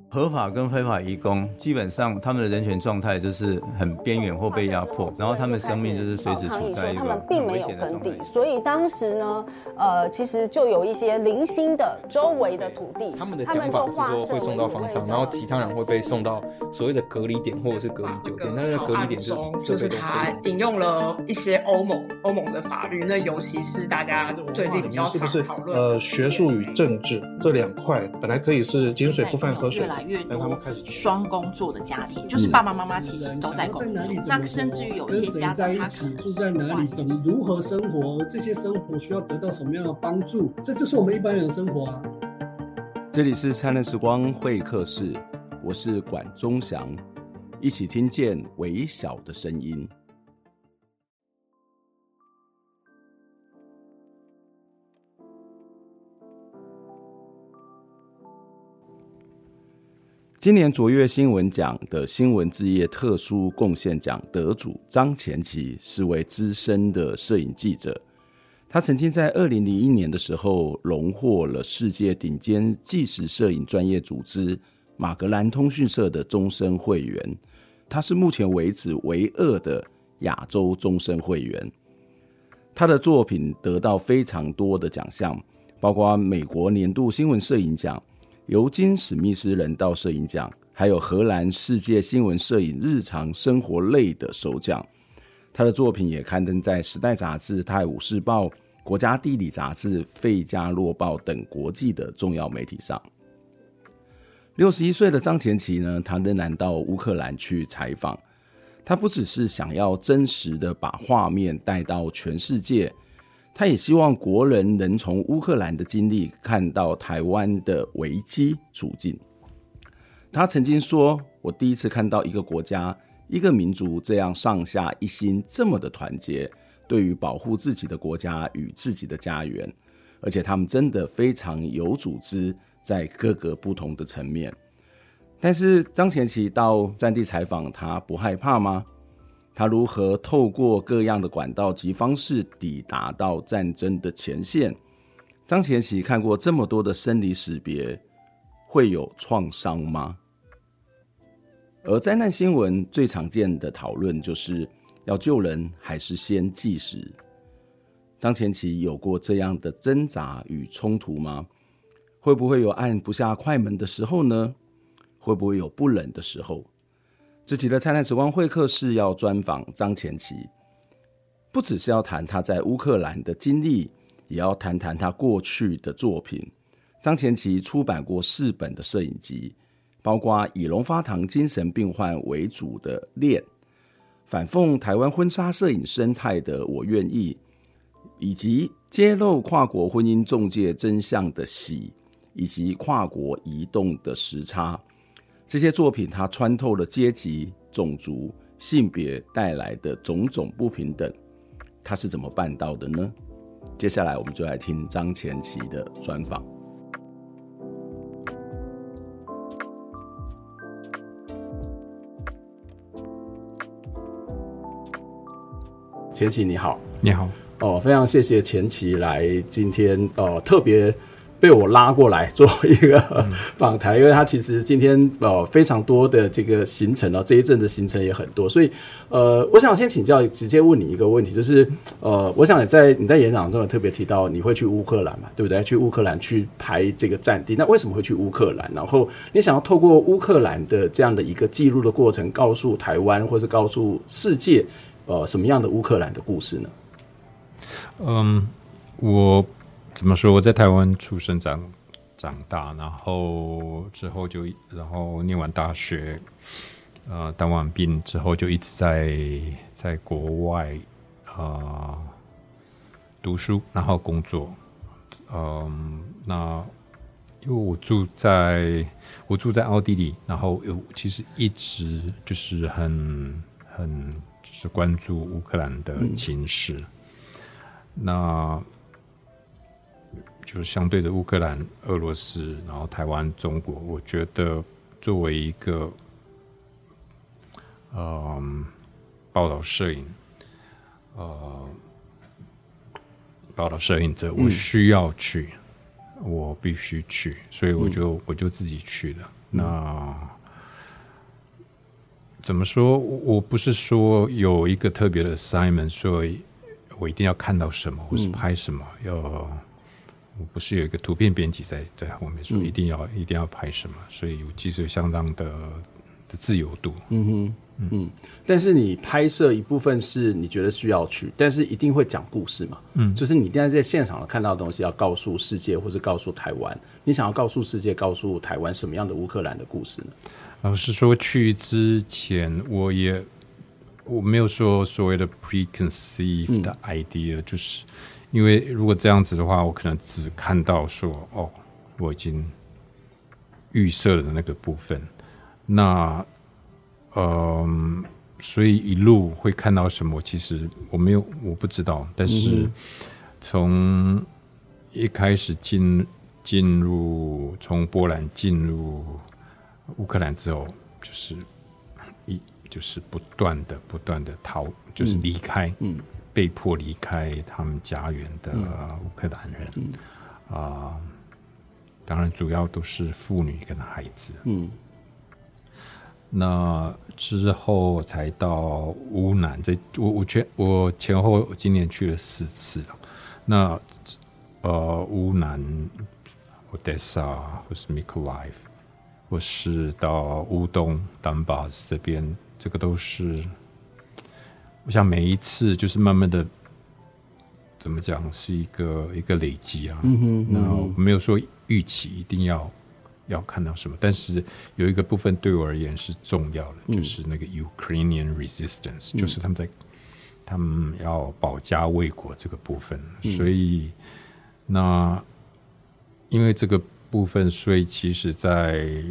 合法跟非法移工，基本上他们的人权状态就是很边缘或被压迫，然后他们生命就是随时处在一个他们并没有耕地，所以当时呢，其实就有一些零星的周围的土地， 他们的讲法是说会送到方舱，然后其他人会被送到所谓的隔离点或者是隔离酒店。那个隔离点就是他引用了一些欧盟的法律，那尤其是大家最近比较常讨论学术与政治这两块本来可以是井水不犯河水，但他们开始双工作的家庭，就是爸爸妈妈其实都在工作，那甚至于有一些家长他可能住在哪里，怎么如何生活，而这些生活需要得到什么样的帮助，这就是我们一般人的生活啊。 这里是灿烂时光会客室，我是管中祥，一起听见微小的声音。今年卓越新闻奖的新闻志业特殊贡献奖得主张前琦是位资深的摄影记者，他曾经在2001年的时候荣获了世界顶尖纪实摄影专业组织马格兰通讯社的终身会员，他是目前为止唯2的亚洲终身会员。他的作品得到非常多的奖项，包括美国年度新闻摄影奖、尤金史密斯人道摄影奖，还有荷兰世界新闻摄影日常生活类的首奖。他的作品也刊登在《时代》杂志、《泰晤士报》、《国家地理》杂志、《费加洛报》等国际的重要媒体上。61岁的张前琦呢，他仍然到乌克兰去采访。他不只是想要真实的把画面带到全世界，他也希望国人能从乌克兰的经历看到台湾的危机处境。他曾经说，我第一次看到一个国家、一个民族这样上下一心，这么的团结，对于保护自己的国家与自己的家园，而且他们真的非常有组织，在各个不同的层面。但是张前琦到战地采访，他不害怕吗？他如何透过各样的管道及方式抵达到战争的前线？张前琦看过这么多的生离死别，会有创伤吗？而灾难新闻最常见的讨论就是要救人还是先计时？张前琦有过这样的挣扎与冲突吗？会不会有按不下快门的时候呢？会不会有不忍的时候？这集的灿烂时光会客室要专访张前琦，不只是要谈他在乌克兰的经历，也要谈谈他过去的作品。张前琦出版过4本的摄影集，包括以龙发堂精神病患为主的《恋》，反讽台湾婚纱摄影生态的《我愿意》，以及揭露跨国婚姻仲介真相的《喜》，以及跨国移动的时差。这些作品它穿透了阶级、种族、性别带来的种种不平等，它是怎么办到的呢？接下来我们就来听张前琦的专访。前琦你好。 你好。 非常谢谢前琦来今天特别被我拉过来做一个访谈，因为他其實今天非常多的这个行程这一阵的行程也很多，所以我想先请教，直接问你一个问题，就是我想你在演讲中有特别提到你会去乌克兰嘛，对不对？去乌克兰去拍这个战地，那为什么会去乌克兰？然后你想要透过乌克兰的这样的一个记录的过程，告诉台湾或是告诉世界什么样的乌克兰的故事呢？ 我怎么说？我在台湾出生长大，然后之后然后念完大学，当完兵之后就一直在国外读书，然后工作。那因为我住在奥地利，然后其实一直就是很就是关注乌克兰的情势。那就是相对着乌克兰、俄罗斯，然后台湾、中国，我觉得作为一个报道摄影者，我需要去我必须去，所以我就自己去了。那怎么说？我不是说有一个特别的 assignment， 所以我一定要看到什么，或是拍什么。我不是有一个图片编辑在后面说一定要拍什么，所以其实有相当的自由度。 但是你拍摄一部分是你觉得需要去，但是一定会讲故事嘛？就是你一定要在现场看到的东西要告诉世界，或是告诉台湾。你想要告诉世界、告诉台湾什么样的乌克兰的故事呢？老实说，去之前我没有说所谓的 preconceived 的 idea，就是因为如果这样子的话，我可能只看到说我已经预设了的那个部分，那所以一路会看到什么，其实我不知道。但是从一开始进入从波兰进入乌克兰之后，就是不断的逃，就是离开，被迫离开他们家园的乌克兰人，当然主要都是妇女跟孩子。那之后才到乌南，我前后今年去了4次了。那乌南 Odessa 或是 Mykolaiv， 或是到乌东 Donbas 这边，这个都是我想每一次就是慢慢的怎么讲是一个累积啊。那我没有说预期一定要看到什么，但是有一个部分对我而言是重要的，就是那个 Ukrainian resistance，就是他们要保家卫国这个部分。所以那因为这个部分，所以其实在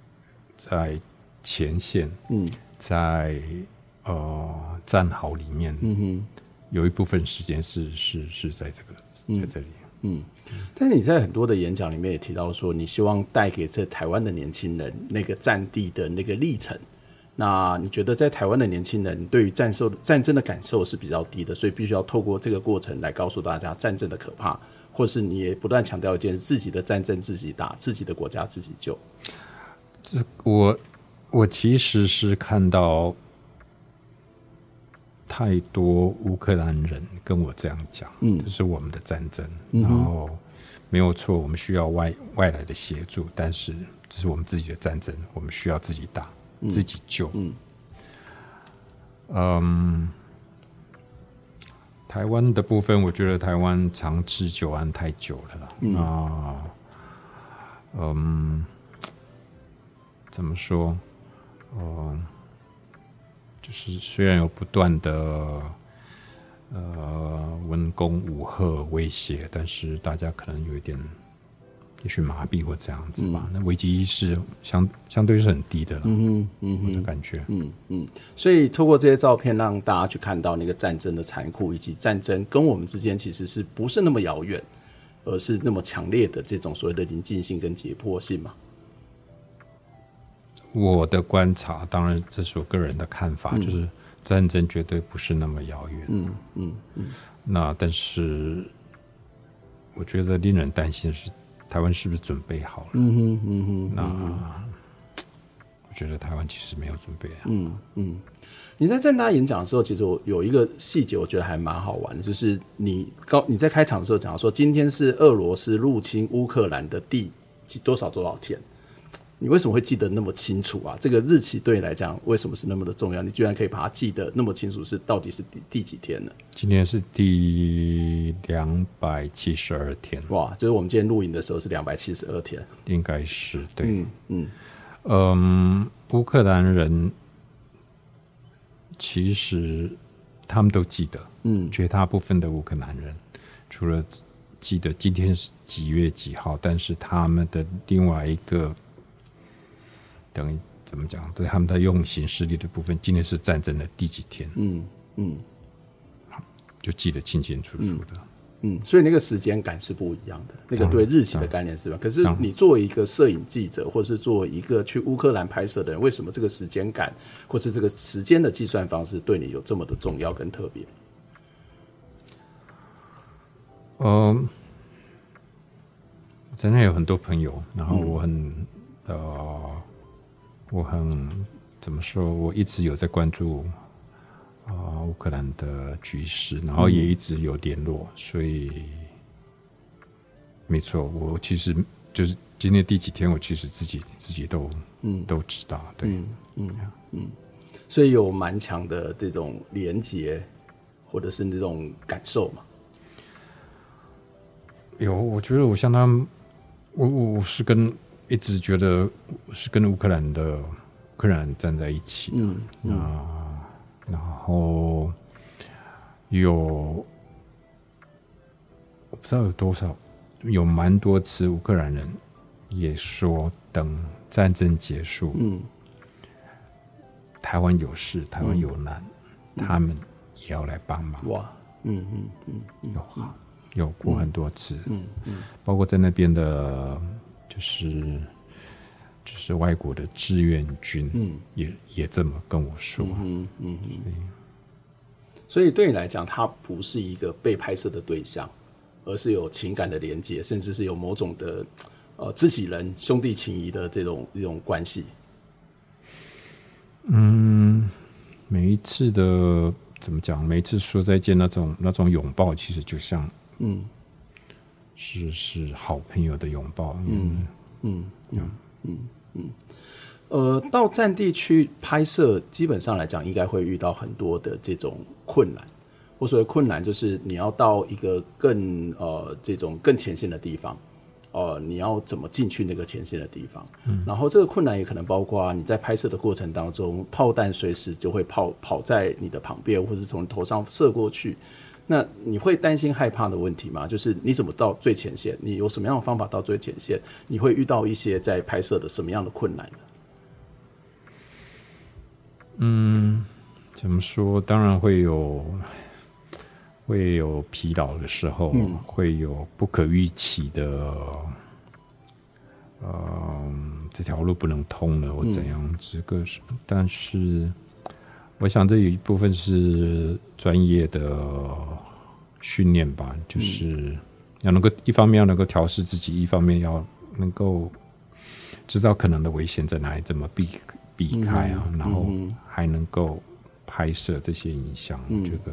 前线，在战壕里面，有一部分时间是在这里。但是你在很多的演讲里面也提到说，你希望带给这台湾的年轻人那个战地的那个历程。那你觉得在台湾的年轻人对于战争的感受是比较低的，所以必须要透过这个过程来告诉大家战争的可怕，或是你也不断强调一件自己的战争自己打，自己的国家自己救。我其实是看到太多乌克兰人跟我这样讲，这是我们的战争，然后没有错，我们需要外来的协助，但是这是我们自己的战争，我们需要自己打，自己救。台湾的部分，我觉得台湾长治久安太久了啦。怎么说？就是虽然有不断的文攻武嚇威胁，但是大家可能有一点也许麻痹或这样子吧。那危机意识相对是很低的了。我的感觉。所以透过这些照片，让大家去看到那个战争的残酷，以及战争跟我们之间其实是不是那么遥远，而是那么强烈的这种所谓的临近性跟紧迫性嘛。我的观察，当然这是我个人的看法，就是战争绝对不是那么遥远。那但是我觉得令人担心的是，台湾是不是准备好了？那我觉得台湾其实没有准备好。你在政大演讲的时候，其实我有一个细节，我觉得还蛮好玩的，就是你在开场的时候讲说，今天是俄罗斯入侵乌克兰的第多少天。你为什么会记得那么清楚啊？这个日期对你来讲为什么是那么的重要？你居然可以把它记得那么清楚，到底是第几天呢？今天是第272天。哇，就是我们今天录影的时候是272天，应该是对。乌克兰人其实他们都记得，绝大部分的乌克兰人除了记得今天是几月几号，但是他们的另外一个。等于怎么讲？对他们的用刑势力的部分，今天是战争的第几天？就记得清清楚楚的。所以那个时间感是不一样的，那个对日期的概念是吧？可是你作为一个摄影记者，或是作为一个去乌克兰拍摄的人，为什么这个时间感，或是这个时间的计算方式，对你有这么的重要跟特别？ 在那有很多朋友，然后我很怎么说？我一直有在关注乌克兰的局势，然后也一直有联络，所以没错，我其实就是今天第几天，我其实自己都知道，对， 所以有蛮强的这种连结，或者是那种感受嘛。 有，我觉得我相当，我是一直觉得是跟乌克兰人站在一起的，然后我不知道有多少，有蛮多次乌克兰人也说，等战争结束，台湾有事，台湾有难，他们也要来帮忙。哇，有过很多次，包括在那边的，就是外国的志愿军，也这么跟我说， 所以对你来讲，它不是一个被拍摄的对象，而是有情感的连接，甚至是有某种的知己人、兄弟情谊的这种关系。 每一次的怎么讲？每一次说再见那种拥抱，其实就像是好朋友的拥抱。 到战地去拍摄，基本上来讲，应该会遇到很多的这种困难。我所谓困难，就是你要到一个这种更前线的地方，你要怎么进去那个前线的地方？然后这个困难也可能包括你在拍摄的过程当中，炮弹随时就会跑在你的旁边，或是从你头上射过去。那你会担心害怕的问题吗？就是你怎么到最前线？你有什么样的方法到最前线？你会遇到一些在拍摄的什么样的困难呢？ 怎么说？当然会有疲劳的时候，会有不可预期的，这条路不能通了，或怎样但是我想这有一部分是专业的训练吧，就是要能够一方面要能够调试自己，一方面要能够知道可能的危险在哪里，怎么避开啊，然后还能够拍摄这些影像，我觉得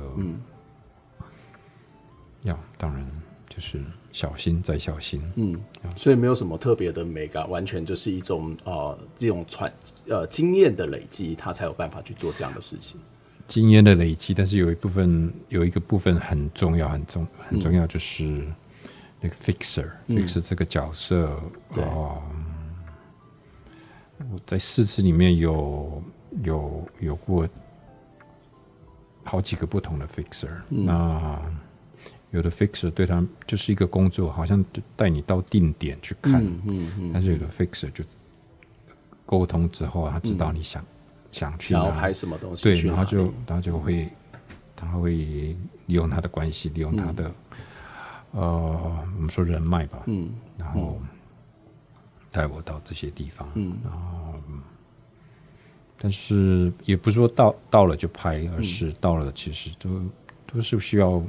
当然就是小心再小心。 所以没有什么特别的美感，完全就是一种这种经验的累积，他才有办法去做这样的事情。 经验的累积，但是有一个部分很重要，很重要，就是那个 fixer 这个角色。我在4次里面有过好几个不同的 fixer，那有的 fixer 对他就是一个工作，好像带你到定点去看，但是有的 fixer 就沟通之后，他知道你想去哪， 想要拍什么东西， 对，然后就会他会利用他的关系，利用他的我们说人脉吧，然后带我到这些地方，然后但是也不是说到了就拍，而是到了其实都是需要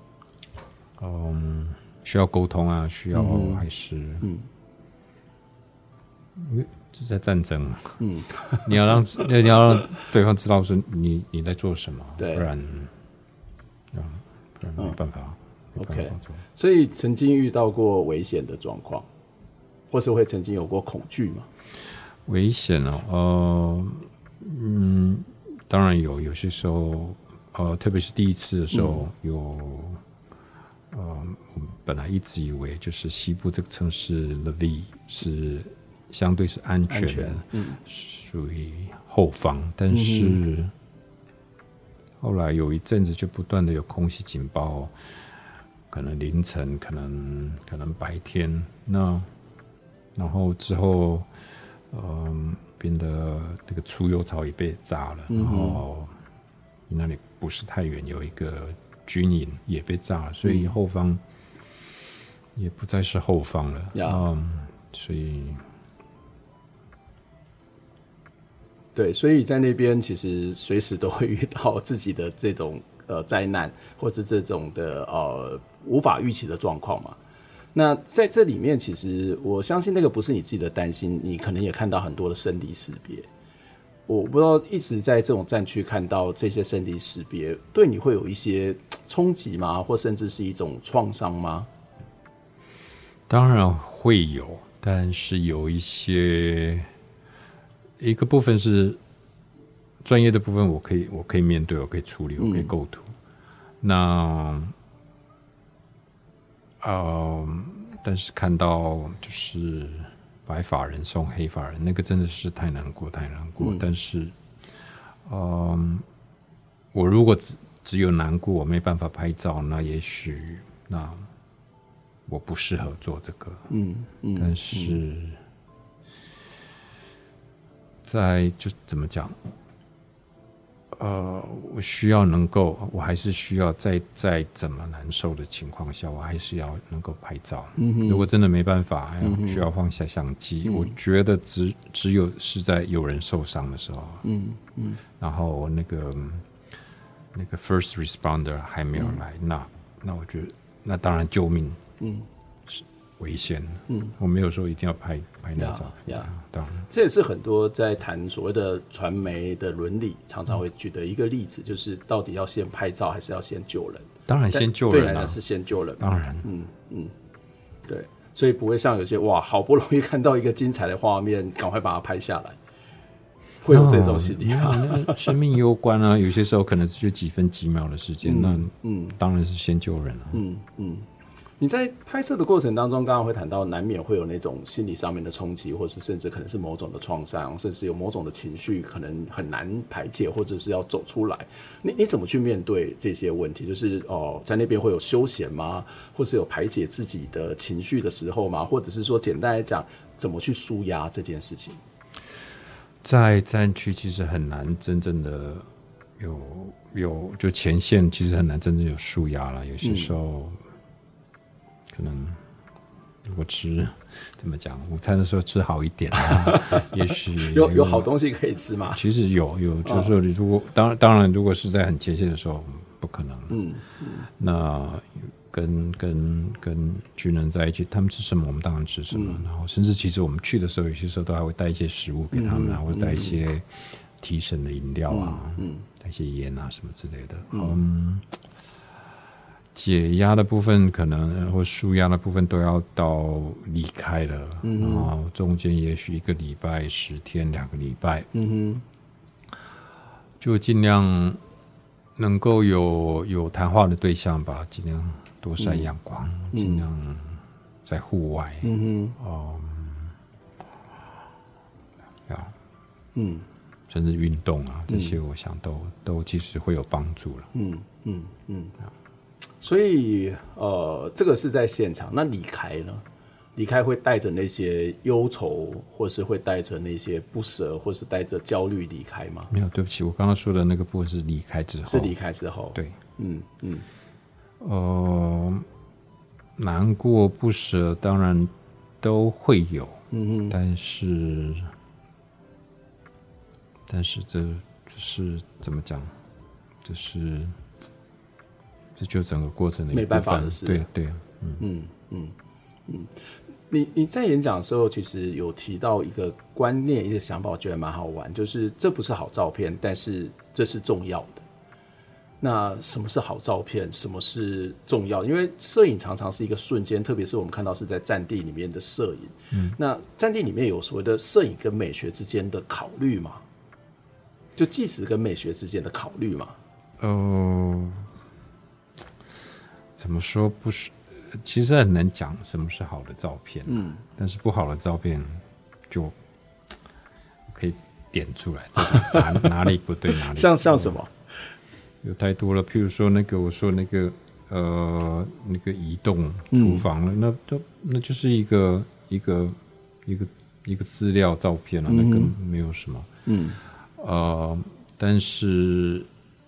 沟通啊，需要还是因为这在战争嘛，你要让对方知道说你在做什么，不然没办法。 OK， 所以曾经遇到过危险的状况，或是会曾经有过恐惧吗？ 危险当然有些时候，特别是第一次的时候，我本来一直以为就是西部这个城市 Lviv 是相对是安全的，属于后方，但是后来有一阵子就不断的有空袭警报，可能凌晨，可能白天，然后之后，边的这个出油槽也被炸了，然后那里不是太远有一个军营也被炸了，所以后方也不再是后方了，所以对，所以在那边其实随时都会遇到自己的这种灾难，或是这种的无法预期的状况嘛。 那在这里面，其实我相信那个不是你自己的担心，你可能也看到很多的生离死别。我不知道一直在这种战区看到这些生离死别，对你会有一些冲击吗？或甚至是一种创伤吗？ 当然会有，但是有一个部分是专业的部分，我可以面对，我可以处理，我可以构图。那但是看到就是白发人送黑发人，那个真的是太难过。但是，我如果只有难过，我没办法拍照，那也许我不适合做这个。但是就怎么讲？我需要我还是需要在怎么难受的情况下，我还是要能够拍照。如果真的没办法，需要放下相机，我觉得只有是在有人受伤的时候，然后那个 first responder 还没有来，那我觉得那当然救命是危险的。我没有说一定要拍那照片，当然这也是很多在谈所谓的传媒的伦理常常会举的一个例子，就是到底要先拍照还是要先救人？ 当然先救人， 对来讲是先救人， 当然， 对，所以不会像有些好不容易看到一个精彩的画面，赶快把它拍下来，会有这种心理那生命攸关啊，有些时候可能只有几分几秒的时间，那当然是先救人了。 你在拍摄的过程当中，刚刚会谈到难免会有那种心理上面的冲击，或是甚至可能是某种的创伤，甚至有某种的情绪可能很难排解，或者是要走出来。你怎么去面对这些问题？就是在那边会有休闲吗？或是有排解自己的情绪的时候吗？或者是说简单来讲，怎么去抒压这件事情？ 在战区其实很难真正的有就前线其实很难真正有抒压了，有些时候。可能如果怎么讲，午餐的时候吃好一点也许有好东西可以吃吗？ 其实有，就是说如果当然，如果是在很前线的时候不可能。那跟军人在一起，他们吃什么我们当然吃什么，然后甚至其实我们去的时候，有些时候都还会带一些食物给他们，或者带一些提神的饮料啊，带一些烟啊什么之类的。解压的部分可能或抒压的部分都要到离开了，然后中间也许1个礼拜、10天、2个礼拜，就尽量能够有谈话的对象吧，尽量多晒阳光，尽量在户外，甚至运动啊，这些我想都其实会有帮助了。 所以这个是在现场。那离开呢？离开会带着那些忧愁，或是会带着那些不舍，或是带着焦虑离开吗？ 没有，对不起，我刚刚说的那个部分是离开之后。 是离开之后。 对，难过不舍当然都会有，但是这就是怎么讲，这就整个过程的一部分， 没办法的事。 对， 你在演讲的时候，其实有提到一个观念、一个想法，我觉得蛮好玩，就是这不是好照片，但是这是重要的。那什么是好照片？什么是重要的？因为摄影常常是一个瞬间，特别是我们看到是在战地里面的摄影。那战地里面有所谓的摄影跟美学之间的考虑吗？就纪实跟美学之间的考虑吗？ 怎么说不是？其实很难讲什么是好的照片，但是不好的照片就可以点出来，哪里不对哪里。 像什么？ 有太多了，譬如说我说那个移动厨房了，那就是一个资料照片了，那根本没有什么。但是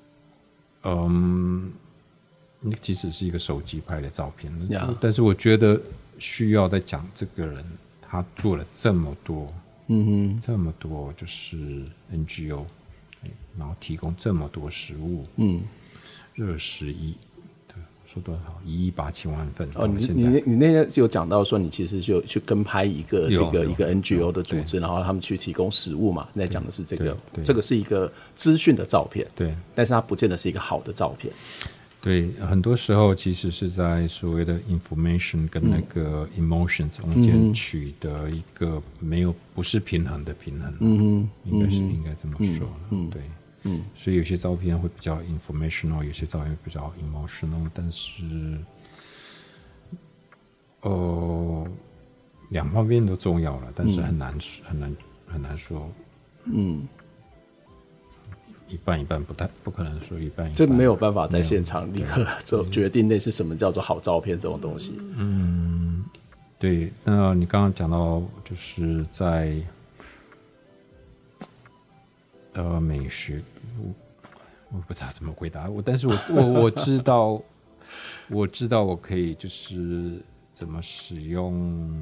那即使是一个手机拍的照片，但是我觉得需要再讲这个人他做了这么多，这么多就是 NGO， 然后提供这么多食物，热食衣，对， 说多少1亿8千万份哦，你那天有讲到说你其实就去跟拍一个一个 NGO 的组织，然后他们去提供食物嘛，那讲的是这个，这个是一个资讯的照片， 对， 但是它不见得是一个好的照片。 对，很多时候其实是在所谓的 information 跟那个 emotion 中间取得一个不是平衡的平衡，应该这么说，对，所以有些照片会比较 informational， 有些照片比较 emotional， 但是两方面都重要了，但是很难说，一半一半，不可能说一半一半， 这没有办法在现场立刻做决定那是什么叫做好照片这种东西。 对。那你刚刚讲到就是在美学，我不知道怎么回答但是我知道我可以就是怎么使用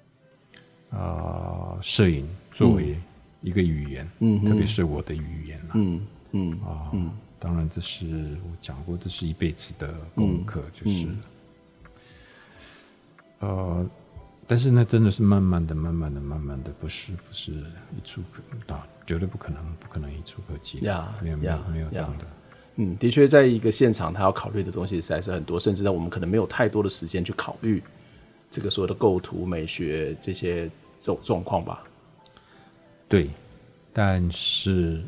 摄影作为一个语言，特别是我的语言当然这是我讲过，这是一辈子的功课，就是但是那真的是慢慢的，不是一触绝对不可能一触可及，没有这样的。 的确，在一个现场，他要考虑的东西实在是很多，甚至我们可能没有太多的时间去考虑这个所谓的构图、美学这些状况吧。对， 但是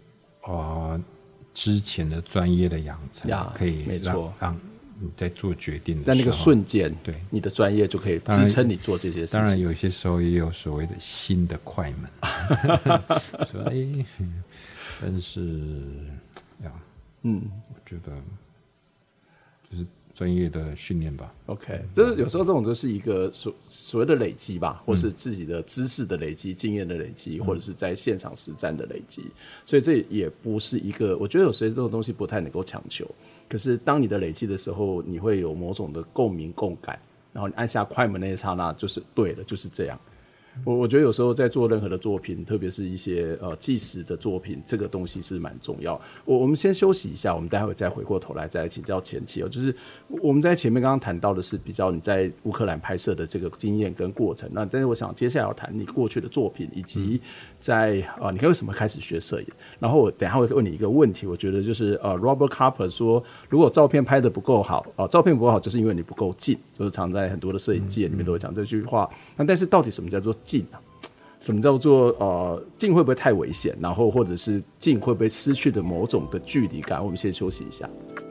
之前的专业的养成可以让你在做决定的时候， 在那个瞬间， 对你的专业就可以支撑你做这些事情。 当然，有些时候也有所谓的新的快门，所以，但是我觉得就是专业的训练吧。 OK， 就是有时候这种就是一个所谓的累积吧，或是自己的知识的累积、经验的累积，或者是在现场实战的累积。所以这也不是一个，我觉得有时候这种东西不太能够强求。可是当你的累积的时候，你会有某种的共鸣共感，然后你按下快门那一刹那，就是对了，就是这样。我觉得有时候在做任何的作品，特别是一些纪实的作品，这个东西是蛮重要。我们先休息一下，我们待会再回过头来再来请教前期就是我们在前面刚刚谈到的是比较你在乌克兰拍摄的这个经验跟过程，那但是我想接下来要谈你过去的作品，以及在你为什么开始学摄影。然后我等一下会问你一个问题，我觉得就是Robert Capa 说，如果照片拍得不够好，照片不够好就是因为你不够近，就是常在很多的摄影界里面都会讲这句话。那但是到底什么叫做近啊？什么叫做近会不会太危险？然后或者是近会不会失去的某种的距离感？我们先休息一下。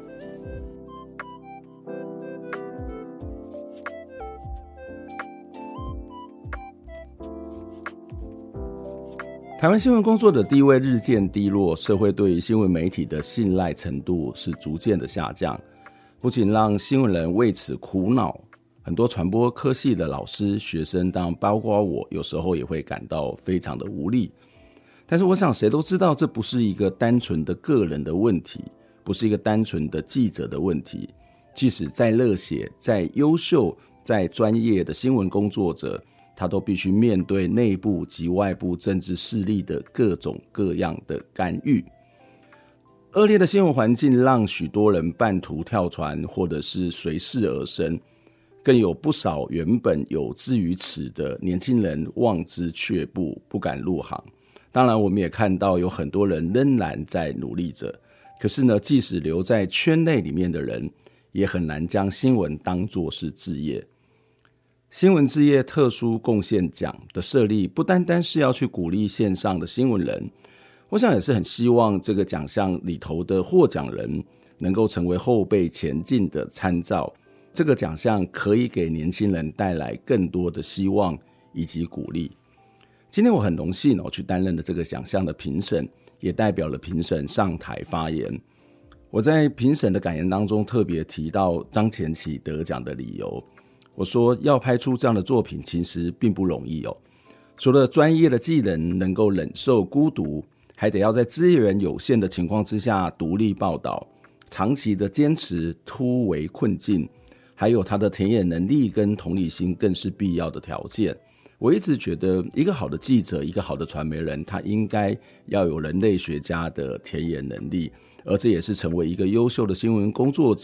台湾新闻工作者地位日渐低落，社会对于新闻媒体的信赖程度是逐渐的下降，不仅让新闻人为此苦恼，很多传播科系的老师、学生，当然包括我，有时候也会感到非常的无力。但是我想谁都知道，这不是一个单纯的个人的问题，不是一个单纯的记者的问题。即使再热血、再优秀、再专业的新闻工作者，他都必须面对内部及外部政治势力的各种各样的干预。恶劣的新闻环境让许多人半途跳船，或者是随势而生，更有不少原本有志于此的年轻人望之却步，不敢入行。当然我们也看到有很多人仍然在努力着，可是呢，即使留在圈内里面的人，也很难将新闻当作是志业。新闻志业特殊贡献奖的设立，不单单是要去鼓励线上的新闻人，我想也是很希望这个奖项里头的获奖人能够成为后辈前进的参照。这个奖项可以给年轻人带来更多的希望以及鼓励。今天我很荣幸去担任了这个奖项的评审，也代表了评审上台发言。我在评审的感言当中特别提到张前期得奖的理由，我说要拍出这样的作品其实并不容易除了专业的技能能够忍受孤独，还得要在资源有限的情况之下独立报道，长期的坚持突围困境，还有他的田野能力跟同理心更是必要的条件。我一直觉得一个好的记者，一个好的传媒人，他应该要有人类学家的田野能力，而这也是成为一个优秀的新闻工作者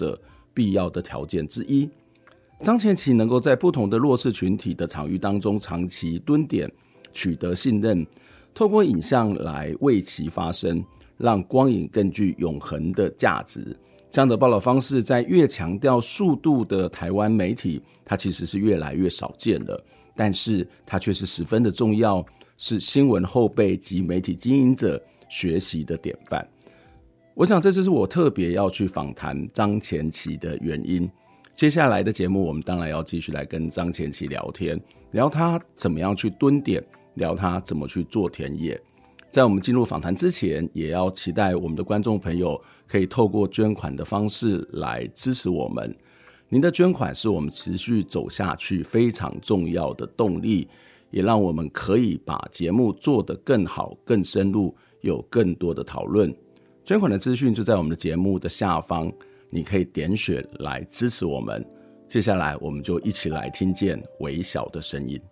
必要的条件之一。张前期能够在不同的弱势群体的场域当中长期蹲点，取得信任，透过影像来为其发声，让光影更具永恒的价值。这样的报道方式在越强调速度的台湾媒体，它其实是越来越少见了，但是它却是十分的重要，是新闻后辈及媒体经营者学习的典范。我想这就是我特别要去访谈张前期的原因。接下来的节目我们当然要继续来跟张前期聊天，聊他怎么样去蹲点，聊他怎么去做田野。在我们进入访谈之前，也要期待我们的观众朋友可以透过捐款的方式来支持我们。您的捐款是我们持续走下去非常重要的动力，也让我们可以把节目做得更好更深入，有更多的讨论。捐款的资讯就在我们的节目的下方，你可以点选来支持我们。接下来我们就一起来听见微小的声音。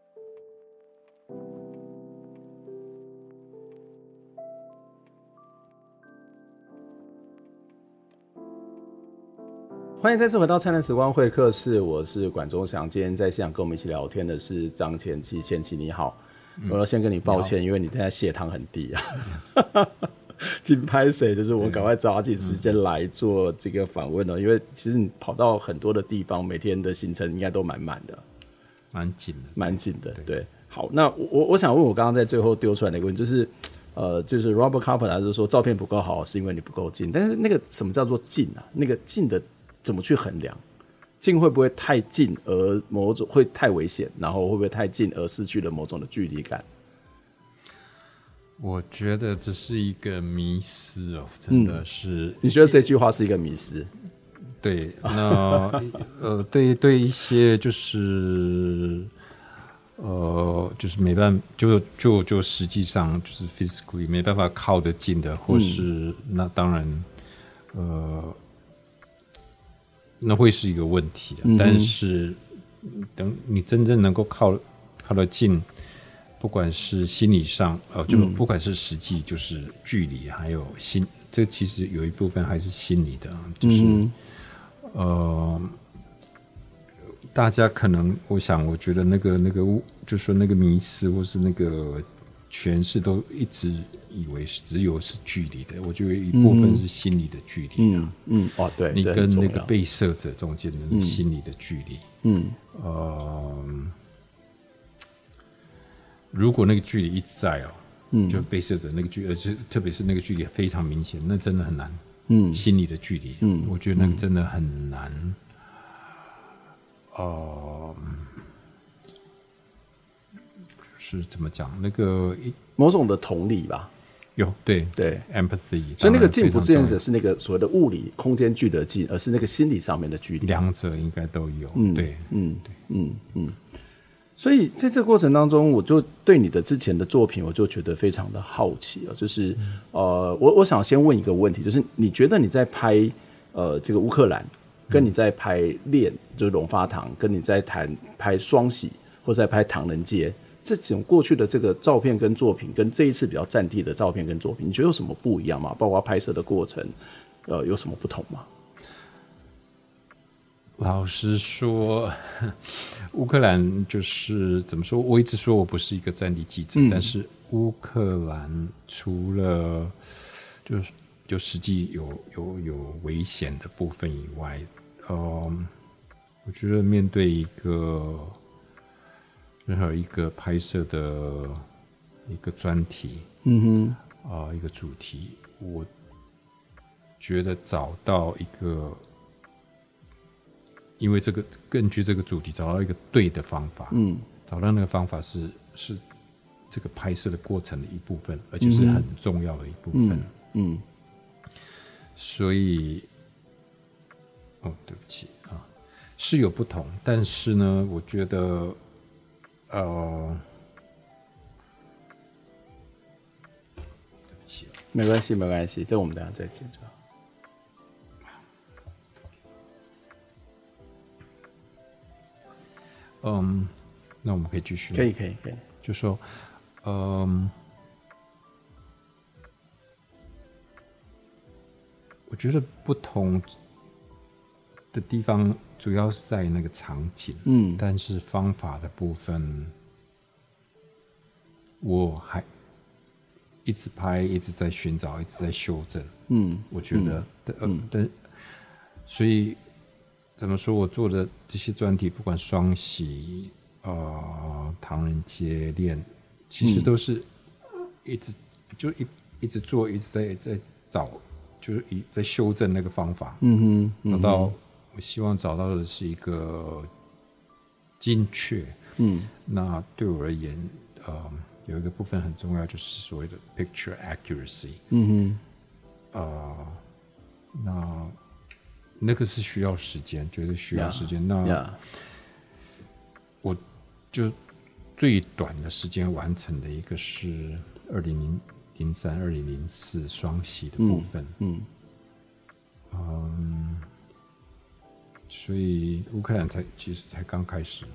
欢迎再次回到灿烂时光会客室，我是管中祥。今天在现场跟我们一起聊天的是张前期，前期你好。我要先跟你抱歉，因为你现在血糖很低啊。紧拍谁？就是我赶快抓紧时间来做这个访问了，因为其实你跑到很多的地方，每天的行程应该都满满的，蛮紧的。对，好，那我想问我刚刚在最后丢出来的一个问题，就是 Robert Carpenter 就是说照片不够好是因为你不够近，但是那个什么叫做近啊？那个近的怎么去衡量？近会不会太近而某种会太危险，然后会不会太近而失去了某种的距离感？ 我觉得这是一个迷思哦，真的是。 你觉得这句话是一个迷思？ 对，那对一些就是没办法，就实际上就是 physically 没办法靠得近的，或是那当然那会是一个问题但是等你真正能够靠得近。不管是心理上，就不管是实际，就是距离，还有这其实有一部分还是心理的，就是大家可能，我觉得那个，就说那个迷思或是那个诠释，都一直以为只有是距离的。我觉得一部分是心理的距离对， 你跟那个被摄者中间的那个心理的距离，如果那个距离一在就被摄者那个距离，而且特别是那个距离非常明显，那真的很难。心理的距离，我觉得那个真的很难。就是怎么讲，那个某种的同理吧。 有对 empathy， 所以那个近不见得是那个所谓的物理空间距离的近，而是那个心理上面的距离。 两者应该都有。对。 所以在这个过程当中，我就对你的之前的作品，我就觉得非常的好奇就是我想先问一个问题，就是你觉得你在拍这个乌克兰，跟你在拍恋就是龙发堂，跟你在拍双喜或者在拍唐人街，这种过去的这个照片跟作品，跟这一次比较战地的照片跟作品，你觉得有什么不一样吗？包括拍摄的过程，有什么不同吗？ 老实说，乌克兰就是怎么说？我一直说我不是一个战地记者，但是乌克兰除了就实际有危险的部分以外，我觉得面对任何一个拍摄的一个专题，一个主题，我觉得找到一个。因为根据这个主题找到一个对的方法，找到那个方法是这个拍摄的过程的一部分，而且是很重要的一部分。所以，对不起是有不同，但是呢，我觉得，对不起， 没关系，这我们等一下再解决。 那我们可以继续吗？ 可以。 就说，我觉得不同的地方主要是在那个场景，但是方法的部分，我还一直拍，一直在寻找，一直在修正。我觉得，但所以怎么说，我做的这些专题，不管双喜、唐人街恋，其实都是一直做，一直在找，就是在修正那个方法。找到我希望找到的是一个精确。那对我而言，有一个部分很重要，就是所谓的 picture accuracy。那个是需要时间，绝对需要时间。那我就最短的时间完成的一个是2003、2004双喜的部分。所以乌克兰其实才刚开始。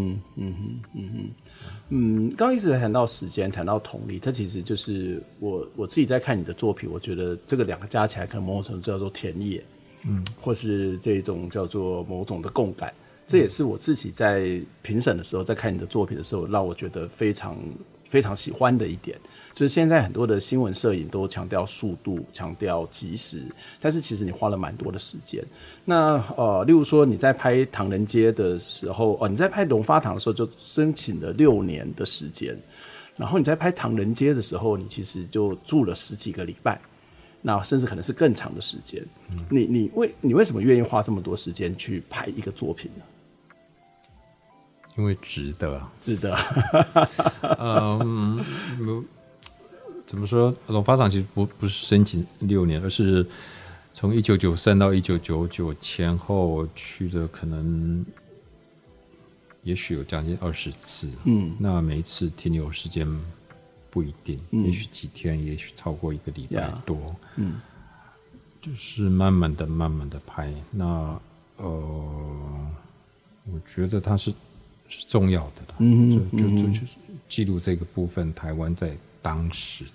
刚刚一直在谈到时间，谈到同理，它其实就是我自己在看你的作品，我觉得这个两个加起来，可能某种程度叫做田野，或是这种叫做某种的共感。这也是我自己在评审的时候，在看你的作品的时候，让我觉得非常非常喜欢的一点，就是现在很多的新闻摄影都强调速度，强调即时，但是其实你花了蛮多的时间。那例如说你在拍唐人街的时候，你在拍龙发堂的时候就申请了6年的时间，然后你在拍唐人街的时候，你其实就住了10几个礼拜，那甚至可能是更长的时间。你为什么愿意花这么多时间去拍一个作品呢？ 因为值得。怎么说？龙发堂其实不是申请6年，而是从1993到1999前后去的，可能也许有将近20次。那每一次停留时间不一定，也许几天，也许超过1个礼拜多。就是慢慢的拍。那我觉得它是重要的啦。就是记录这个部分，台湾在当时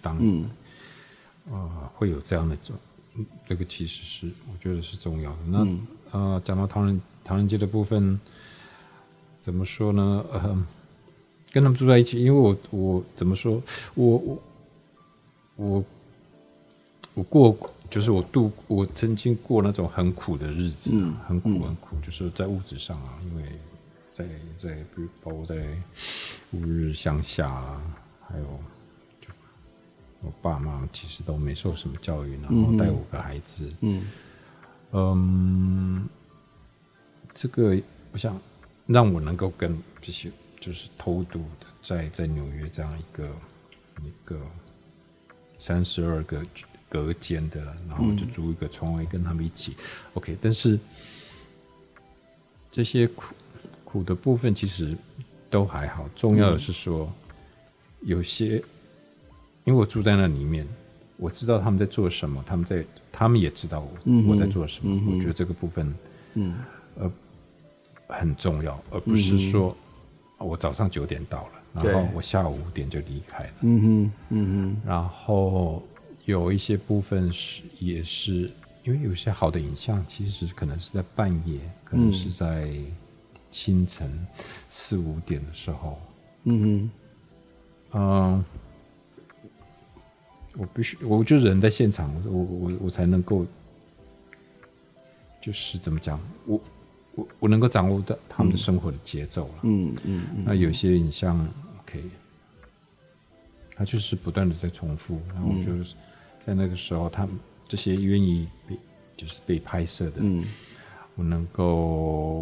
会有这样的这个其实是我觉得是重要的。那讲到唐人街的部分，怎么说呢？跟他们住在一起，因为我怎么说，我就是我曾经过那种很苦的日子，很苦，就是在物质上啊，因为包括在乌日乡下啊，还有我爸妈其实都没受什么教育，然后带5个孩子。这个我想让我能够跟这些就是偷渡的在纽约这样一个32个隔间的，然后就租一个床位跟他们一起。OK， 但是这些苦的部分其实都还好，重要的是说，有些因为我住在那里面，我知道他们在做什么，他们也知道我在做什么。我觉得这个部分很重要，而不是说我早上9点到了，然后我下午5点就离开了。然后有一些部分也是因为有些好的影像，其实可能是在半夜，可能是在清晨4、5点的时候。我就人在现场，我才能够，就是怎么讲，我能够掌握到他们的生活的节奏了。那有些影像 OK， 它就是不断的在重复，然后就是在那个时候，他们这些愿意被拍摄的，我能够。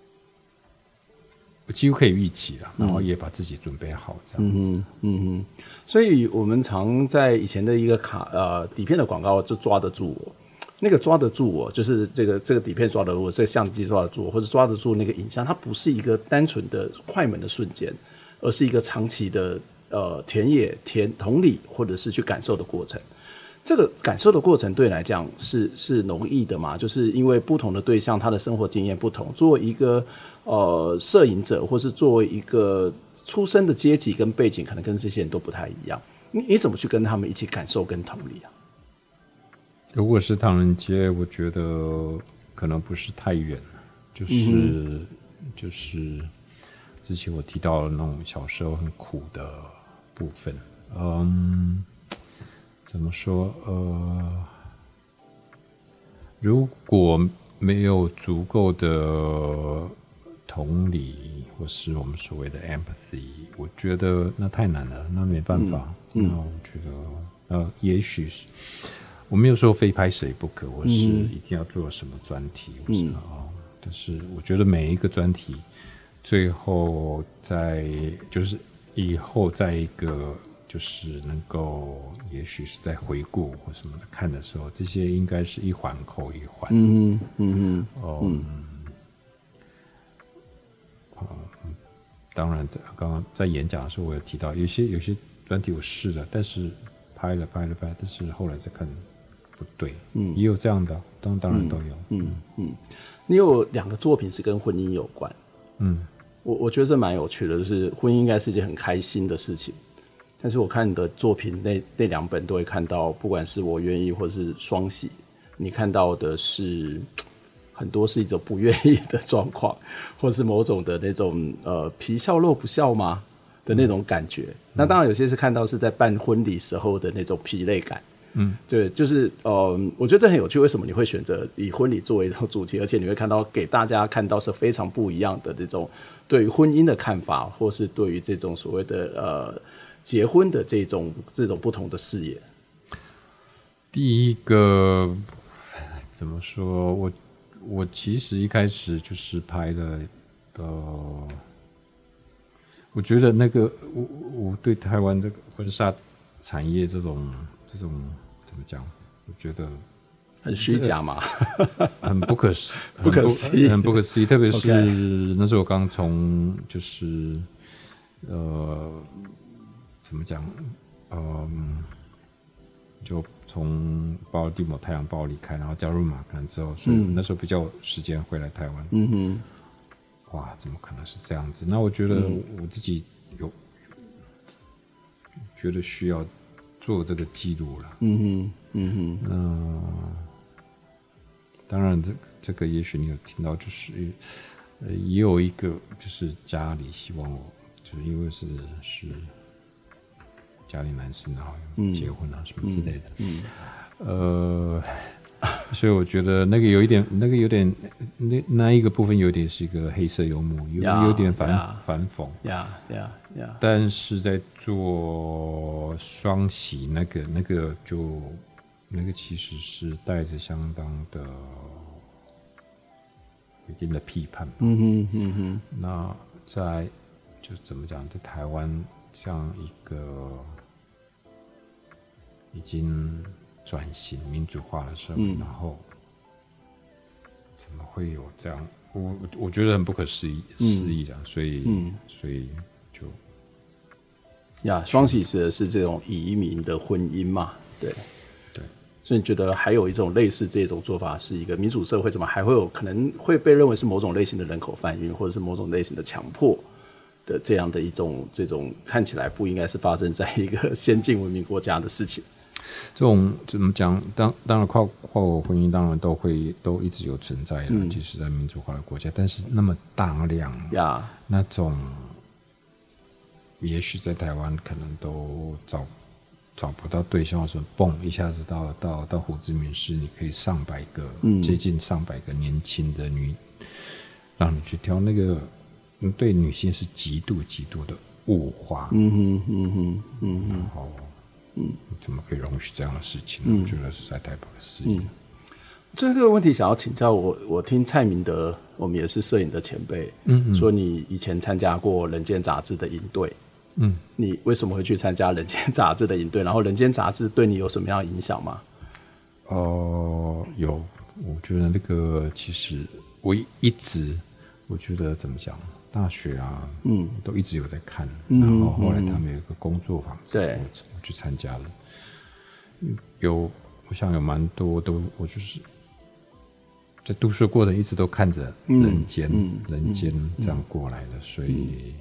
我几乎可以预期了，然后也把自己准备好这样子。 所以我们常在以前的一个底片的广告就抓得住我，那个抓得住我就是这个底片抓得住我，这个相机抓得住我，或者抓得住那个影像，它不是一个单纯的快门的瞬间，而是一个长期的田野同理或者是去感受的过程。这个感受的过程对你来讲是容易的吗？就是因为不同的对象，他的生活经验不同。作为一个摄影者，或是作为一个出生的阶级跟背景，可能跟这些人都不太一样。你怎么去跟他们一起感受跟同理啊？ 如果是唐人街，我觉得可能不是太远， 就是之前我提到的那种小时候很苦的部分。怎么说？如果没有足够的同理，或是我们所谓的 empathy， 我觉得那太难了，那没办法。那我觉得，也许是我没有说非拍谁不可，或是一定要做什么专题，或是但是我觉得每一个专题，最后就是以后在一个就是能够，也许是在回顾或什么的看的时候，这些应该是一环扣一环。当然，刚刚在演讲的时候，我有提到有些专题我试了，但是拍了，但是后来再看不对，也有这样的，当然都有。 你有2个作品是跟婚姻有关，我觉得这蛮有趣的，就是婚姻应该是一件很开心的事情。但是我看你的作品那2本都会看到，不管是我愿意或是双喜，你看到的是很多是一种不愿意的状况，或是某种的那种皮笑肉不笑吗的那种感觉。那当然有些是看到是在办婚礼时候的那种疲累感。对，就是我觉得这很有趣。为什么你会选择以婚礼作为一种主题，而且你会看到给大家看到是非常不一样的这种对于婚姻的看法，或是对于这种所谓的结婚的这种不同的视野？ 第一个怎么说？我其实一开始就是拍了，我觉得那个我对台湾这个婚纱产业这种怎么讲？我觉得很虚假嘛， 很不可思议。特别是那时候我刚从就是怎么讲？就从巴尔的摩太阳报离开，然后加入马干之后，所以那时候比较有时间回来台湾。哇，怎么可能是这样子？那我觉得我自己有觉得需要做这个记录了。当然这个也许你有听到，就是也有一个就是家里希望我，就是因为是家里男生然后结婚啊什么之类的。所以我觉得那个有点那一个部分有点是一个黑色幽默，有点反讽。但是在做双喜那个其实是带着相当的一定的批判吧。那就怎么讲，在台湾这样一个已经转型民主化的社会，然后怎么会有这样？我觉得很不可思议的，所以就双喜指的是这种移民的婚姻嘛？对。所以你觉得还有一种类似这种做法，是一个民主社会，怎么还会有可能会被认为是某种类型的人口贩运，或者是某种类型的强迫的这样的这种看起来不应该是发生在一个先进文明国家的事情？ 这种怎么讲？当然跨国婚姻当然都一直有存在的，即使在民主化的国家，但是那么大量那种，也许在台湾可能都找不到对象，说蹦一下子到胡志明市，你可以接近上百个年轻的让你去挑，那个对女性是极度的物化。然后怎么可以容许这样的事情？我觉得是在太不可思议。 这个问题想要请教我听蔡明德，我们也是摄影的前辈，说你以前参加过《人间》杂志的营队，你为什么会去参加《人间》杂志的营队？然后《人间》杂志对你有什么样的影响吗？ 有，我觉得那个其实我觉得怎么讲？大学啊，都一直有在看，然后后来他们有一个工作坊， 对， 我去参加了。我想有蛮多都，我就是在读书过程一直都看着人间这样过来的，所以，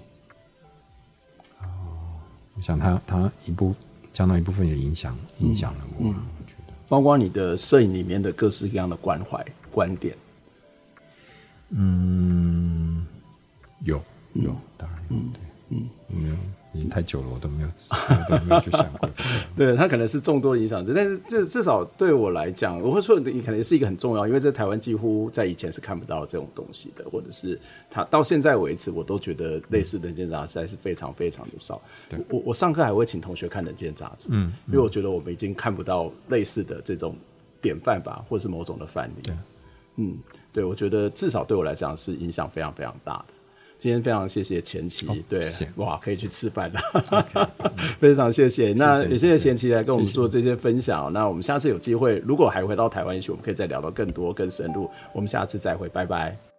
我想他相当一部分也影响了我，我觉得， 包括你的摄影里面的各式各样的关怀观点。 有，当然有，对，没有，已经太久了，我都没有去想过这个。 对，它可能是众多影响者，但是这至少对我来讲，我会说可能是一个很重要，因为在台湾几乎在以前是看不到这种东西的，或者是它到现在为止，我都觉得类似人间杂志实在是非常非常的少。我上课还会请同学看人间杂志，因为我觉得我们已经看不到类似的这种典范吧，或是某种的范例。对，我觉得至少对我来讲是影响非常非常大的。今天非常谢谢前期，对，哇，可以去吃饭了，非常谢谢。那也谢谢前期来跟我们做这些分享。那我们下次有机会，如果还回到台湾，也许我们可以再聊到更多、更深入。我们下次再会，拜拜。